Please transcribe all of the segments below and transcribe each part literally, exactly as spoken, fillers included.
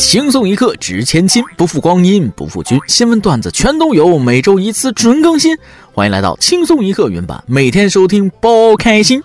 轻松一刻值千金，不负光阴不负君，新闻段子全都有，每周一次准更新。欢迎来到轻松一刻云版，每天收听包开心。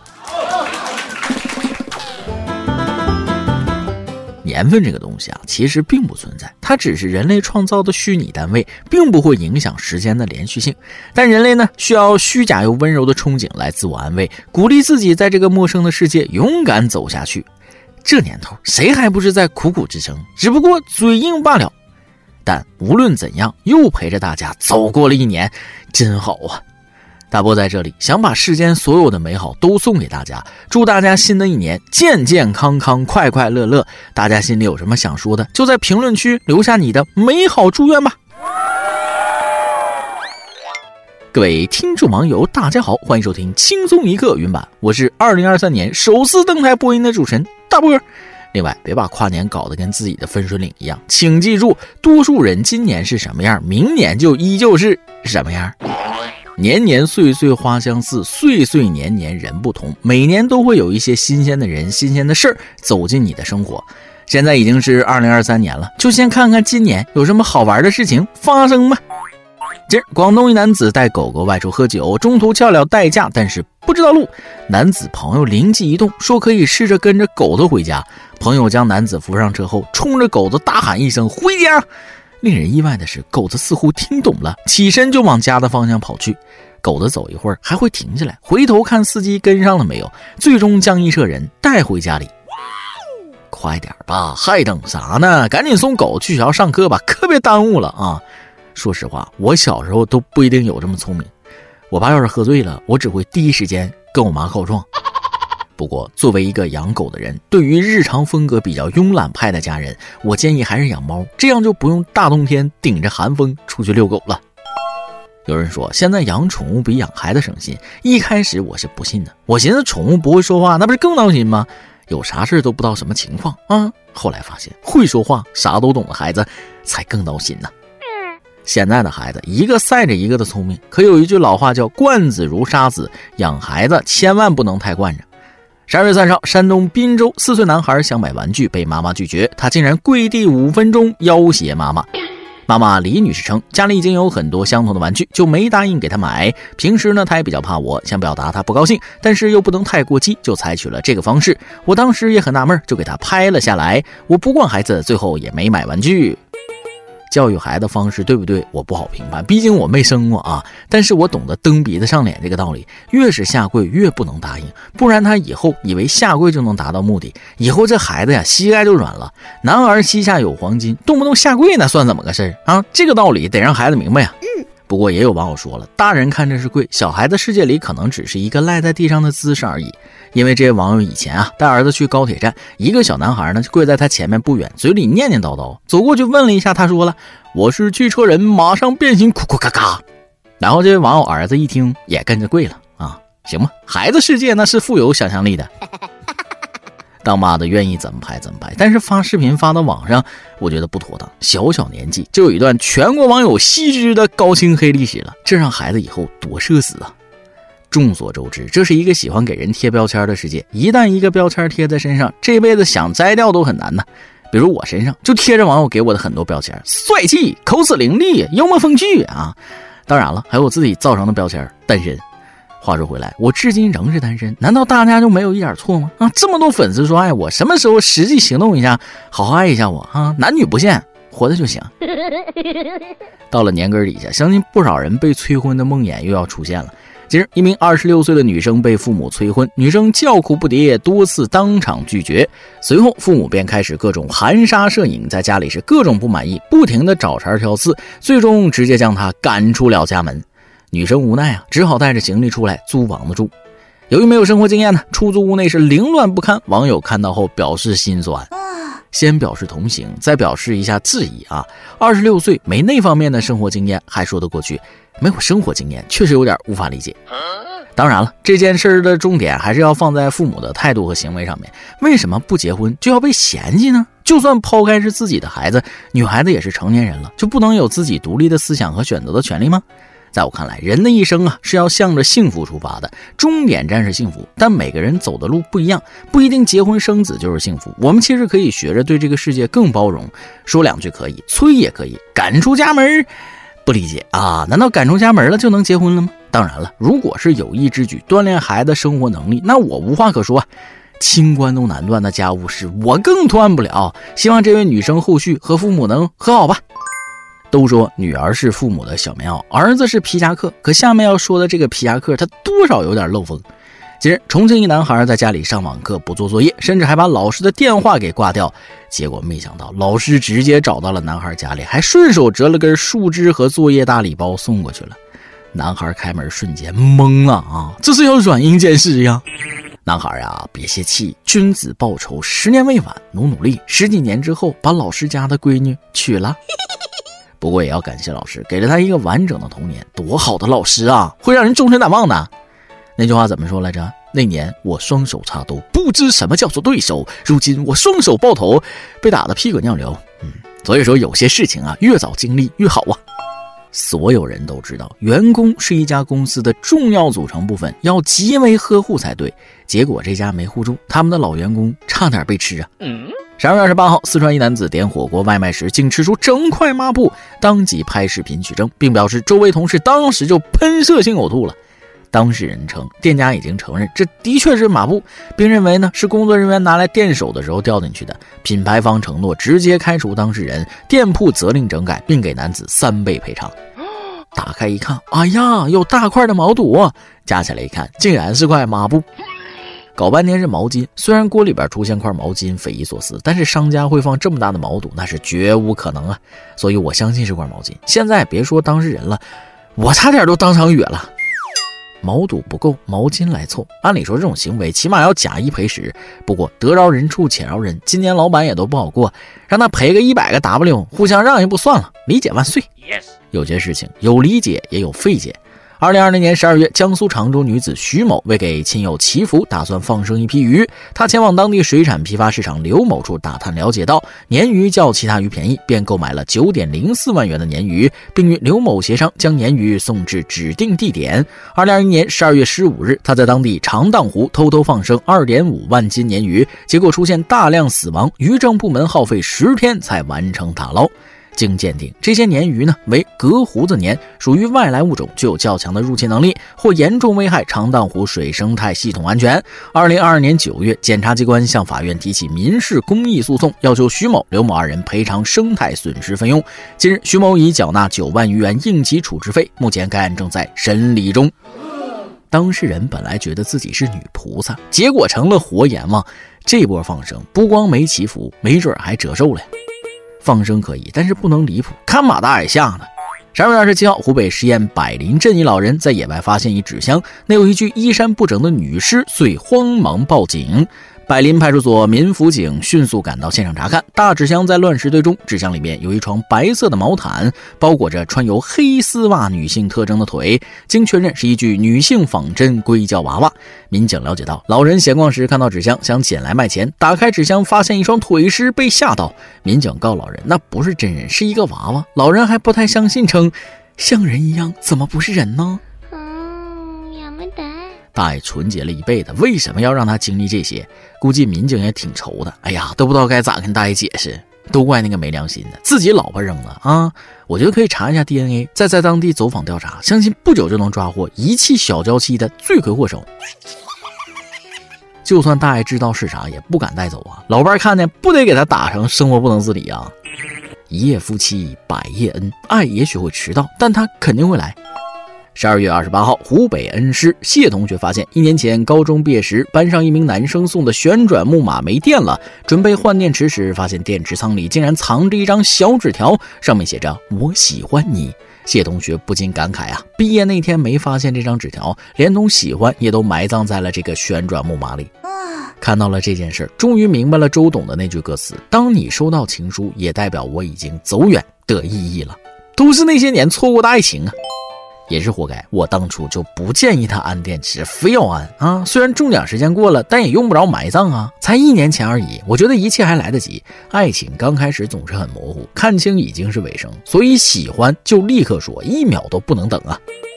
年份这个东西啊，其实并不存在，它只是人类创造的虚拟单位，并不会影响时间的连续性。但人类呢，需要虚假又温柔的憧憬来自我安慰，鼓励自己在这个陌生的世界勇敢走下去。这年头谁还不是在苦苦支撑，只不过嘴硬罢了。但无论怎样，又陪着大家走过了一年，真好啊。大波在这里想把世间所有的美好都送给大家，祝大家新的一年健健康康快快乐乐。大家心里有什么想说的，就在评论区留下你的美好祝愿吧。各位听众网友大家好，欢迎收听轻松一刻云版，我是二零二三年首次登台播音的主持人大波。另外别把跨年搞得跟自己的分水岭一样，请记住，多数人今年是什么样，明年就依旧是什么样。年年岁岁花相似，岁岁年年人不同，每年都会有一些新鲜的人新鲜的事儿走进你的生活。现在已经是二零二三年了，就先看看今年有什么好玩的事情发生吧。今儿广东一男子带狗狗外出喝酒，中途叫了代驾，但是不知道路。男子朋友灵机一动，说可以试着跟着狗子回家。朋友将男子扶上车后，冲着狗子大喊一声回家。令人意外的是，狗子似乎听懂了，起身就往家的方向跑去。狗子走一会儿还会停下来，回头看司机跟上了没有，最终将一车人带回家里。快点吧，还等啥呢？赶紧送狗去学校上课吧，可别耽误了啊！说实话，我小时候都不一定有这么聪明。我爸要是喝醉了，我只会第一时间跟我妈告状。不过作为一个养狗的人，对于日常风格比较慵懒派的家人，我建议还是养猫，这样就不用大冬天顶着寒风出去遛狗了。有人说现在养宠物比养孩子省心，一开始我是不信的，我寻思宠物不会说话，那不是更闹心吗？有啥事都不知道什么情况啊！后来发现会说话啥都懂的孩子才更闹心呢。现在的孩子一个赛着一个的聪明，可有一句老话叫惯子如杀子，养孩子千万不能太惯着。十二月三十号，山东滨州四岁男孩想买玩具被妈妈拒绝，他竟然跪地五分钟要挟妈妈。妈妈李女士称，家里已经有很多相同的玩具，就没答应给他买。平时呢，他也比较怕我，想表达他不高兴，但是又不能太过激，就采取了这个方式。我当时也很纳闷，就给他拍了下来。我不惯孩子，最后也没买玩具。教育孩子方式对不对，我不好评判，毕竟我没生过啊。但是我懂得蹬鼻子上脸这个道理，越是下跪越不能答应，不然他以后以为下跪就能达到目的，以后这孩子呀膝盖就软了。男儿膝下有黄金，动不动下跪那算怎么个事儿啊？这个道理得让孩子明白呀。不过也有网友说了，大人看着是跪，小孩子世界里可能只是一个赖在地上的姿势而已。因为这些网友以前啊带儿子去高铁站，一个小男孩呢就跪在他前面不远，嘴里念念叨叨，走过去问了一下，他说了我是汽车人，马上变形，哭哭咔咔。然后这位网友儿子一听也跟着跪了啊，行吧，孩子世界那是富有想象力的。当妈的愿意怎么拍怎么拍，但是发视频发到网上我觉得不妥当，小小年纪就有一段全国网友悉知的高清黑历史了，这让孩子以后多社死啊。众所周知，这是一个喜欢给人贴标签的世界，一旦一个标签贴在身上，这辈子想摘掉都很难呢。比如我身上就贴着网友给我的很多标签，帅气、口齿伶俐、幽默风趣啊，当然了还有我自己造成的标签，单身。话说回来，我至今仍是单身，难道大家就没有一点错吗？啊，这么多粉丝说爱我，什么时候实际行动一下，好好爱一下我啊？男女不限，活着就行。到了年根底下，相信不少人被催婚的梦魇又要出现了。今日一名二十六岁的女生被父母催婚，女生叫苦不迭，多次当场拒绝。随后父母便开始各种含沙射影，在家里是各种不满意，不停的找茬挑刺，最终直接将她赶出了家门。女生无奈啊，只好带着行李出来租房子住。由于没有生活经验呢，出租屋内是凌乱不堪，网友看到后表示心酸。先表示同情，再表示一下质疑啊！二十六岁没那方面的生活经验还说得过去，没有生活经验确实有点无法理解。当然了，这件事的重点还是要放在父母的态度和行为上面。为什么不结婚就要被嫌弃呢？就算抛开是自己的孩子，女孩子也是成年人了，就不能有自己独立的思想和选择的权利吗？ 在我看来，人的一生啊是要向着幸福出发的，终点站是幸福，但每个人走的路不一样，不一定结婚生子就是幸福。我们其实可以学着对这个世界更包容，说两句可以，催也可以，赶出家门不理解啊？难道赶出家门了就能结婚了吗？当然了，如果是有意之举，锻炼孩子生活能力，那我无话可说啊。清官都难断的家务事，我更断不了。希望这位女生后续和父母能和好吧。都说女儿是父母的小棉袄，儿子是皮夹克，可下面要说的这个皮夹克，它多少有点漏风。近日，重庆一男孩在家里上网课不做作业，甚至还把老师的电话给挂掉，结果没想到老师直接找到了男孩家里，还顺手折了根树枝和作业大礼包送过去了。男孩开门瞬间懵了啊，这是要软硬兼施呀！男孩啊，别泄气，君子报仇，十年未晚，努努力，十几年之后把老师家的闺女娶了。不过也要感谢老师，给了他一个完整的童年，多好的老师啊，会让人终身难忘的。那句话怎么说来着？那年我双手插兜，不知什么叫做对手，如今我双手抱头，被打得屁滚尿流。嗯，所以说有些事情啊，越早经历越好啊。所有人都知道，员工是一家公司的重要组成部分，要极为呵护才对。结果这家没护住，他们的老员工差点被吃啊！十二月二十八号，四川一男子点火锅外卖时，竟吃出整块抹布，当即拍视频取证，并表示周围同事当时就喷射性呕吐了。当事人称，店家已经承认这的确是抹布，并认为呢是工作人员拿来垫手的时候掉进去的。品牌方承诺直接开除当事人，店铺责令整改，并给男子三倍赔偿。打开一看，哎呀，有大块的毛肚啊！夹起来一看，竟然是块抹布。搞半天是毛巾，虽然锅里边出现块毛巾匪夷所思，但是商家会放这么大的毛肚，那是绝无可能啊！所以我相信是块毛巾。现在别说当事人了，我差点都当场哕了。毛肚不够，毛巾来凑。按理说这种行为起码要假一赔十，不过得饶人处且饶人，今年老板也都不好过，让他赔个一百个 W， 互相让一步算了，理解万岁。Yes. 有些事情有理解也有费解。二零二零年十二月，江苏常州女子徐某为给亲友祈福，打算放生一批鱼。她前往当地水产批发市场刘某处打探，了解到鲶鱼较其他鱼便宜，便购买了 九点零四万元的鲶鱼，并与刘某协商将鲶鱼送至指定地点。二零二一年十二月十五日，她在当地长荡湖偷偷放生 二点五万斤鲶鱼，结果出现大量死亡，渔政部门耗费十天才完成打捞。经鉴定，这些鲶鱼呢为革胡子鲶，属于外来物种，具有较强的入侵能力，或严重危害长荡湖水生态系统安全。二零二二年九月，检察机关向法院提起民事公益诉讼，要求徐某、刘某二人赔偿生态损失费用。近日，徐某已缴纳九万余元应急处置费，目前该案正在审理中。当事人本来觉得自己是女菩萨，结果成了活阎王。这波放生不光没祈福，没准还折寿了。放生可以，但是不能离谱，看马大眼下呢。十二月二十七号，湖北十堰百林镇一老人在野外发现一纸箱，内有一具衣衫不整的女尸，遂慌忙报警。百林派出所民辅警迅速赶到现场查看，大纸箱在乱石堆中，纸箱里面有一床白色的毛毯，包裹着穿有黑丝袜女性特征的腿，经确认是一具女性仿真硅胶娃娃。民警了解到，老人闲逛时看到纸箱，想捡来卖钱，打开纸箱发现一双腿尸，被吓到。民警告老人那不是真人，是一个娃娃。老人还不太相信，称像人一样，怎么不是人呢？大爷纯洁了一辈子，为什么要让他经历这些？估计民警也挺愁的。哎呀，都不知道该咋跟大爷解释，都怪那个没良心的，自己老婆扔了啊！我觉得可以查一下 D N A， 再在当地走访调查，相信不久就能抓获遗弃小娇妻的罪魁祸首。就算大爷知道是啥，也不敢带走啊！老伴看见不得给他打成生活不能自理啊！一夜夫妻百夜恩，爱也许会迟到，但他肯定会来。十二月二十八号，湖北恩施谢同学发现，一年前高中毕业时，班上一名男生送的旋转木马没电了，准备换电池时，发现电池仓里竟然藏着一张小纸条，上面写着“我喜欢你”。谢同学不禁感慨啊，毕业那天没发现这张纸条，连同喜欢也都埋葬在了这个旋转木马里。看到了这件事，终于明白了周董的那句歌词：当你收到情书，也代表我已经走远的意义了。都是那些年错过的爱情啊！也是活该，我当初就不建议他安电池，非要安啊！虽然中奖时间过了，但也用不着埋葬啊，才一年前而已。我觉得一切还来得及。爱情刚开始总是很模糊，看清已经是尾声，所以喜欢就立刻说，一秒都不能等啊！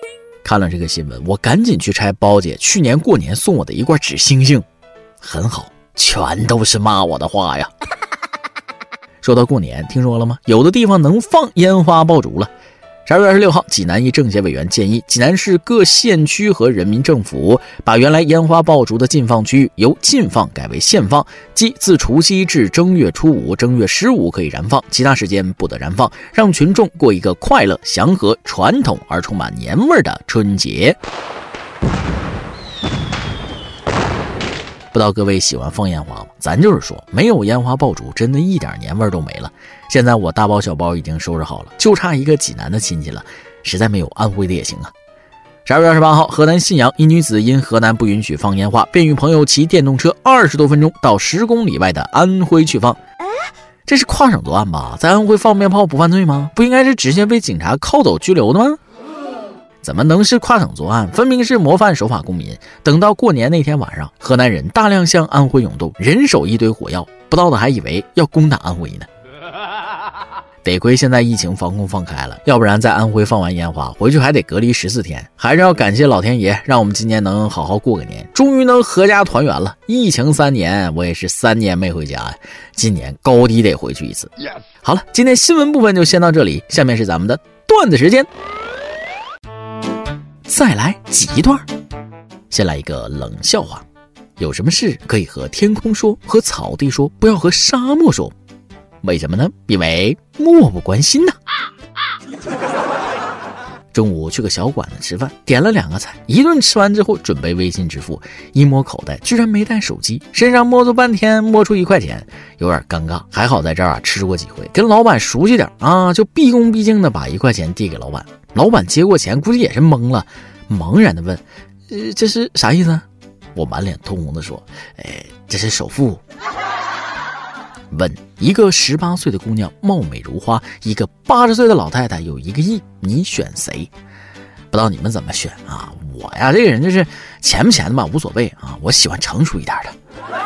看了这个新闻，我赶紧去拆包姐去年过年送我的一罐纸星星。很好，全都是骂我的话呀。说到过年，听说了吗？有的地方能放烟花爆竹了。十二月二十六号，济南一政协委员建议，济南市各县区和人民政府把原来烟花爆竹的禁放区域由禁放改为限放，即自除夕至正月初五、正月十五可以燃放，其他时间不得燃放，让群众过一个快乐、祥和、传统而充满年味的春节。不知道各位喜欢放烟花吗？咱就是说，没有烟花爆竹，真的一点年味都没了。现在我大包小包已经收拾好了，就差一个济南的亲戚了，实在没有安徽的也行啊。十二月二十八号，河南信阳一女子因河南不允许放烟花，便与朋友骑电动车二十多分钟到十公里外的安徽去放。这是跨省作案吧？在安徽放鞭炮不犯罪吗？不应该是直接被警察铐走拘留的吗？怎么能是跨省作案？分明是模范守法公民。等到过年那天晚上，河南人大量向安徽涌动，人手一堆火药，不知道的还以为要攻打安徽呢。得亏现在疫情防控放开了，要不然在安徽放完烟花回去还得隔离十四天。还是要感谢老天爷，让我们今年能好好过个年，终于能合家团圆了。疫情三年，我也是三年没回家呀，今年高低得回去一次。好了，今天新闻部分就先到这里，下面是咱们的段子时间。再来几段。先来一个冷笑话，有什么事可以和天空说，和草地说，不要和沙漠说。为什么呢？因为漠不关心呐。中午去个小馆子吃饭，点了两个菜，一顿吃完之后准备微信支付，一摸口袋居然没带手机，身上摸索半天摸出一块钱，有点尴尬。还好在这儿啊吃过几回，跟老板熟悉点啊，就毕恭毕敬的把一块钱递给老板。老板接过钱估计也是懵了，茫然的问：呃，这是啥意思啊？我满脸通红的说：哎，这是首付。问：一个十八岁的姑娘貌美如花，一个八十岁的老太太有一个亿，你选谁？不知道你们怎么选啊？我呀这个人就是钱不钱的嘛无所谓啊，我喜欢成熟一点的。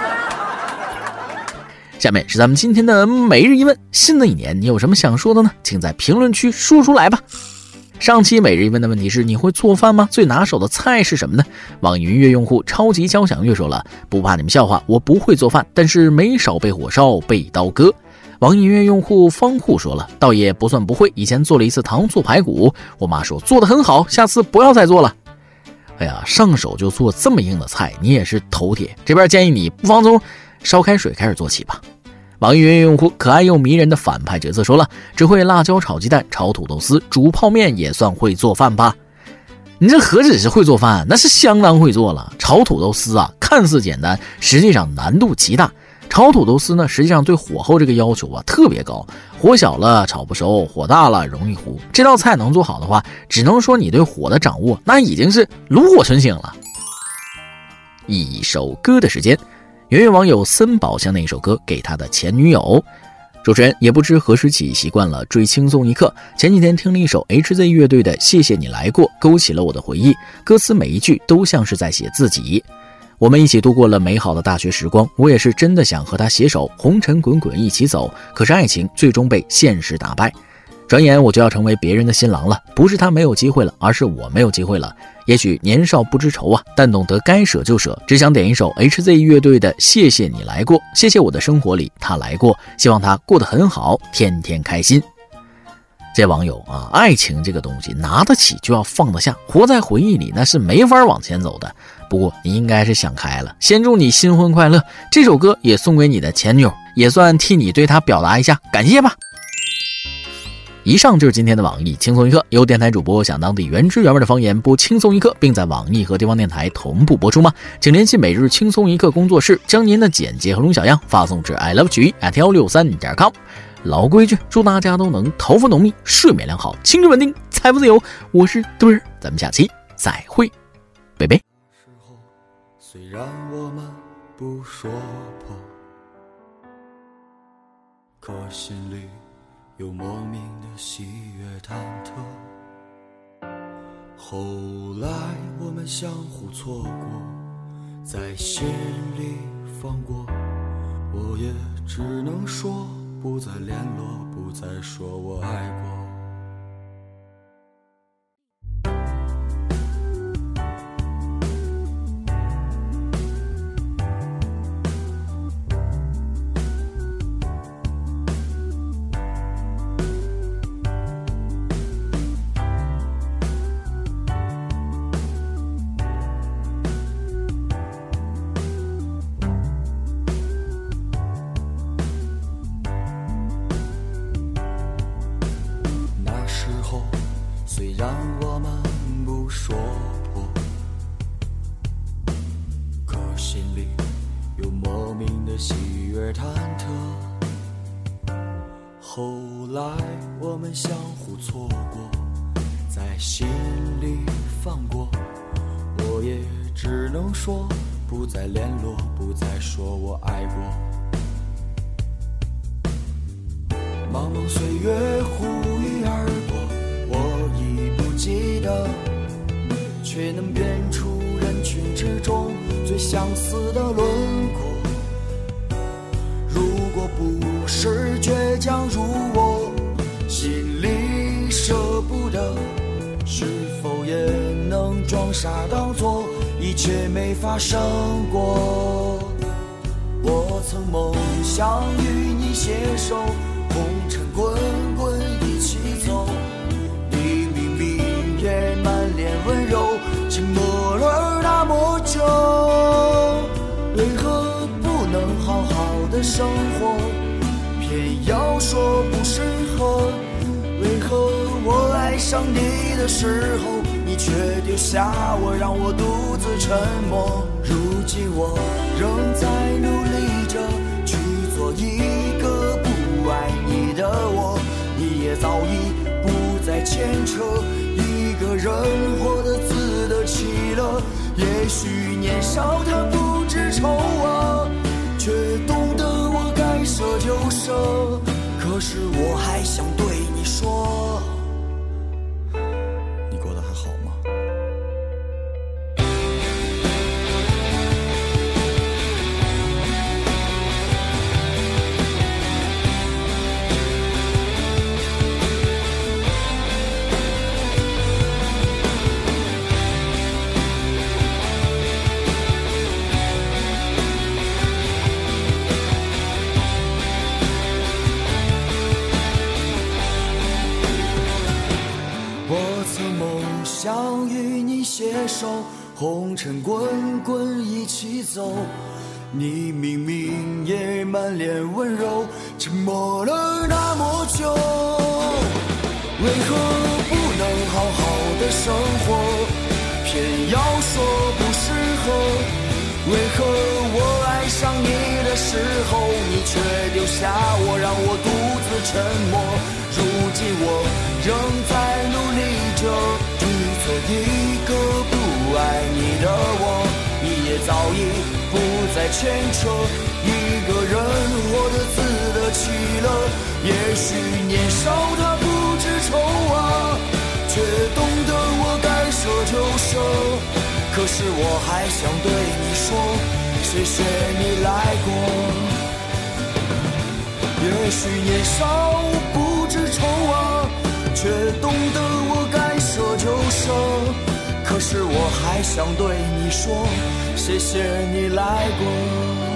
下面是咱们今天的每日一问，新的一年你有什么想说的呢？请在评论区说出来吧。上期每日一问的问题是：你会做饭吗？最拿手的菜是什么呢？网易云音乐用户超级交响乐说了：不怕你们笑话，我不会做饭，但是没少被火烧被刀割。网易云音乐用户方户说了：倒也不算不会，以前做了一次糖醋排骨，我妈说做得很好，下次不要再做了。哎呀，上手就做这么硬的菜，你也是头铁。这边建议你不妨从烧开水开始做起吧。网易云用户可爱又迷人的反派角色说了：只会辣椒炒鸡蛋、炒土豆丝、煮泡面也算会做饭吧？你这何止是会做饭，那是相当会做了。炒土豆丝啊，看似简单，实际上难度极大。炒土豆丝呢，实际上对火候这个要求啊特别高，火小了炒不熟，火大了容易糊。这道菜能做好的话，只能说你对火的掌握那已经是炉火纯青了。一首歌的时间。圆圆网友森宝将那一首歌给他的前女友。主持人也不知何时起习惯了追轻松一刻，前几天听了一首 H Z 乐队的谢谢你来过，勾起了我的回忆，歌词每一句都像是在写自己。我们一起度过了美好的大学时光，我也是真的想和他携手红尘滚滚一起走，可是爱情最终被现实打败。转眼我就要成为别人的新郎了，不是他没有机会了，而是我没有机会了。也许年少不知愁啊，但懂得该舍就舍。只想点一首 H Z 乐队的谢谢你来过，谢谢我的生活里他来过，希望他过得很好，天天开心。这网友啊，爱情这个东西拿得起就要放得下，活在回忆里那是没法往前走的。不过你应该是想开了，先祝你新婚快乐。这首歌也送给你的前女友，也算替你对她表达一下感谢吧。以上就是今天的网易轻松一刻，由电台主播想当地原汁原味的方言播轻松一刻，并在网易和地方电台同步播出吗？请联系每日轻松一刻工作室，将您的简介和录小样发送至 i love 曲艺 at 一六三点com。老规矩，祝大家都能头发浓密，睡眠良好，情绪稳定，财富自由。我是墩儿，咱们下期再会，拜拜。 虽然我们不说破，可心里有莫名的喜悦忐忑。后来我们相互错过，在心里放过，我也只能说不再联络，不再说我爱过。 但我们不说破，可心里有莫名的喜悦忐忑。后来我们相互错过，在心里放过，我也只能说不再联络，不再说我爱过。茫茫岁月忽一而过，我已不记得，却能辨出人群之中最相似的轮廓。如果不是倔强如我，心里舍不得，是否也能装傻当作一切没发生过？我曾梦想与你携手，红尘滚滚一起走，你明明也满脸温柔，沉默了那么久，为何不能好好的生活，偏要说不适合？为何我爱上你的时候，你却丢下我，让我独自沉默？如今我仍在努力着去做一个不爱你的我，你也早已不再牵扯，一个人活得自得其乐。也许年少他不知愁啊，却懂得我该舍就舍。可是我还想对你说，你过得还好吗？想与你携手，红尘滚滚一起走，你明明也满脸温柔，沉默了那么久，为何不能好好的生活，偏要说不适合？为何我爱上你的时候，你却丢下我，让我独自沉默？如今我仍在努力着，去做一个不爱你的我，你也早已不再牵扯，一个人活得自得其乐。也许年少他不知愁啊，却懂得我该舍就舍。可是我还想对你说，谢谢你来过。也许年少不知愁啊，却懂得我该舍就舍。可是我还想对你说，谢谢你来过。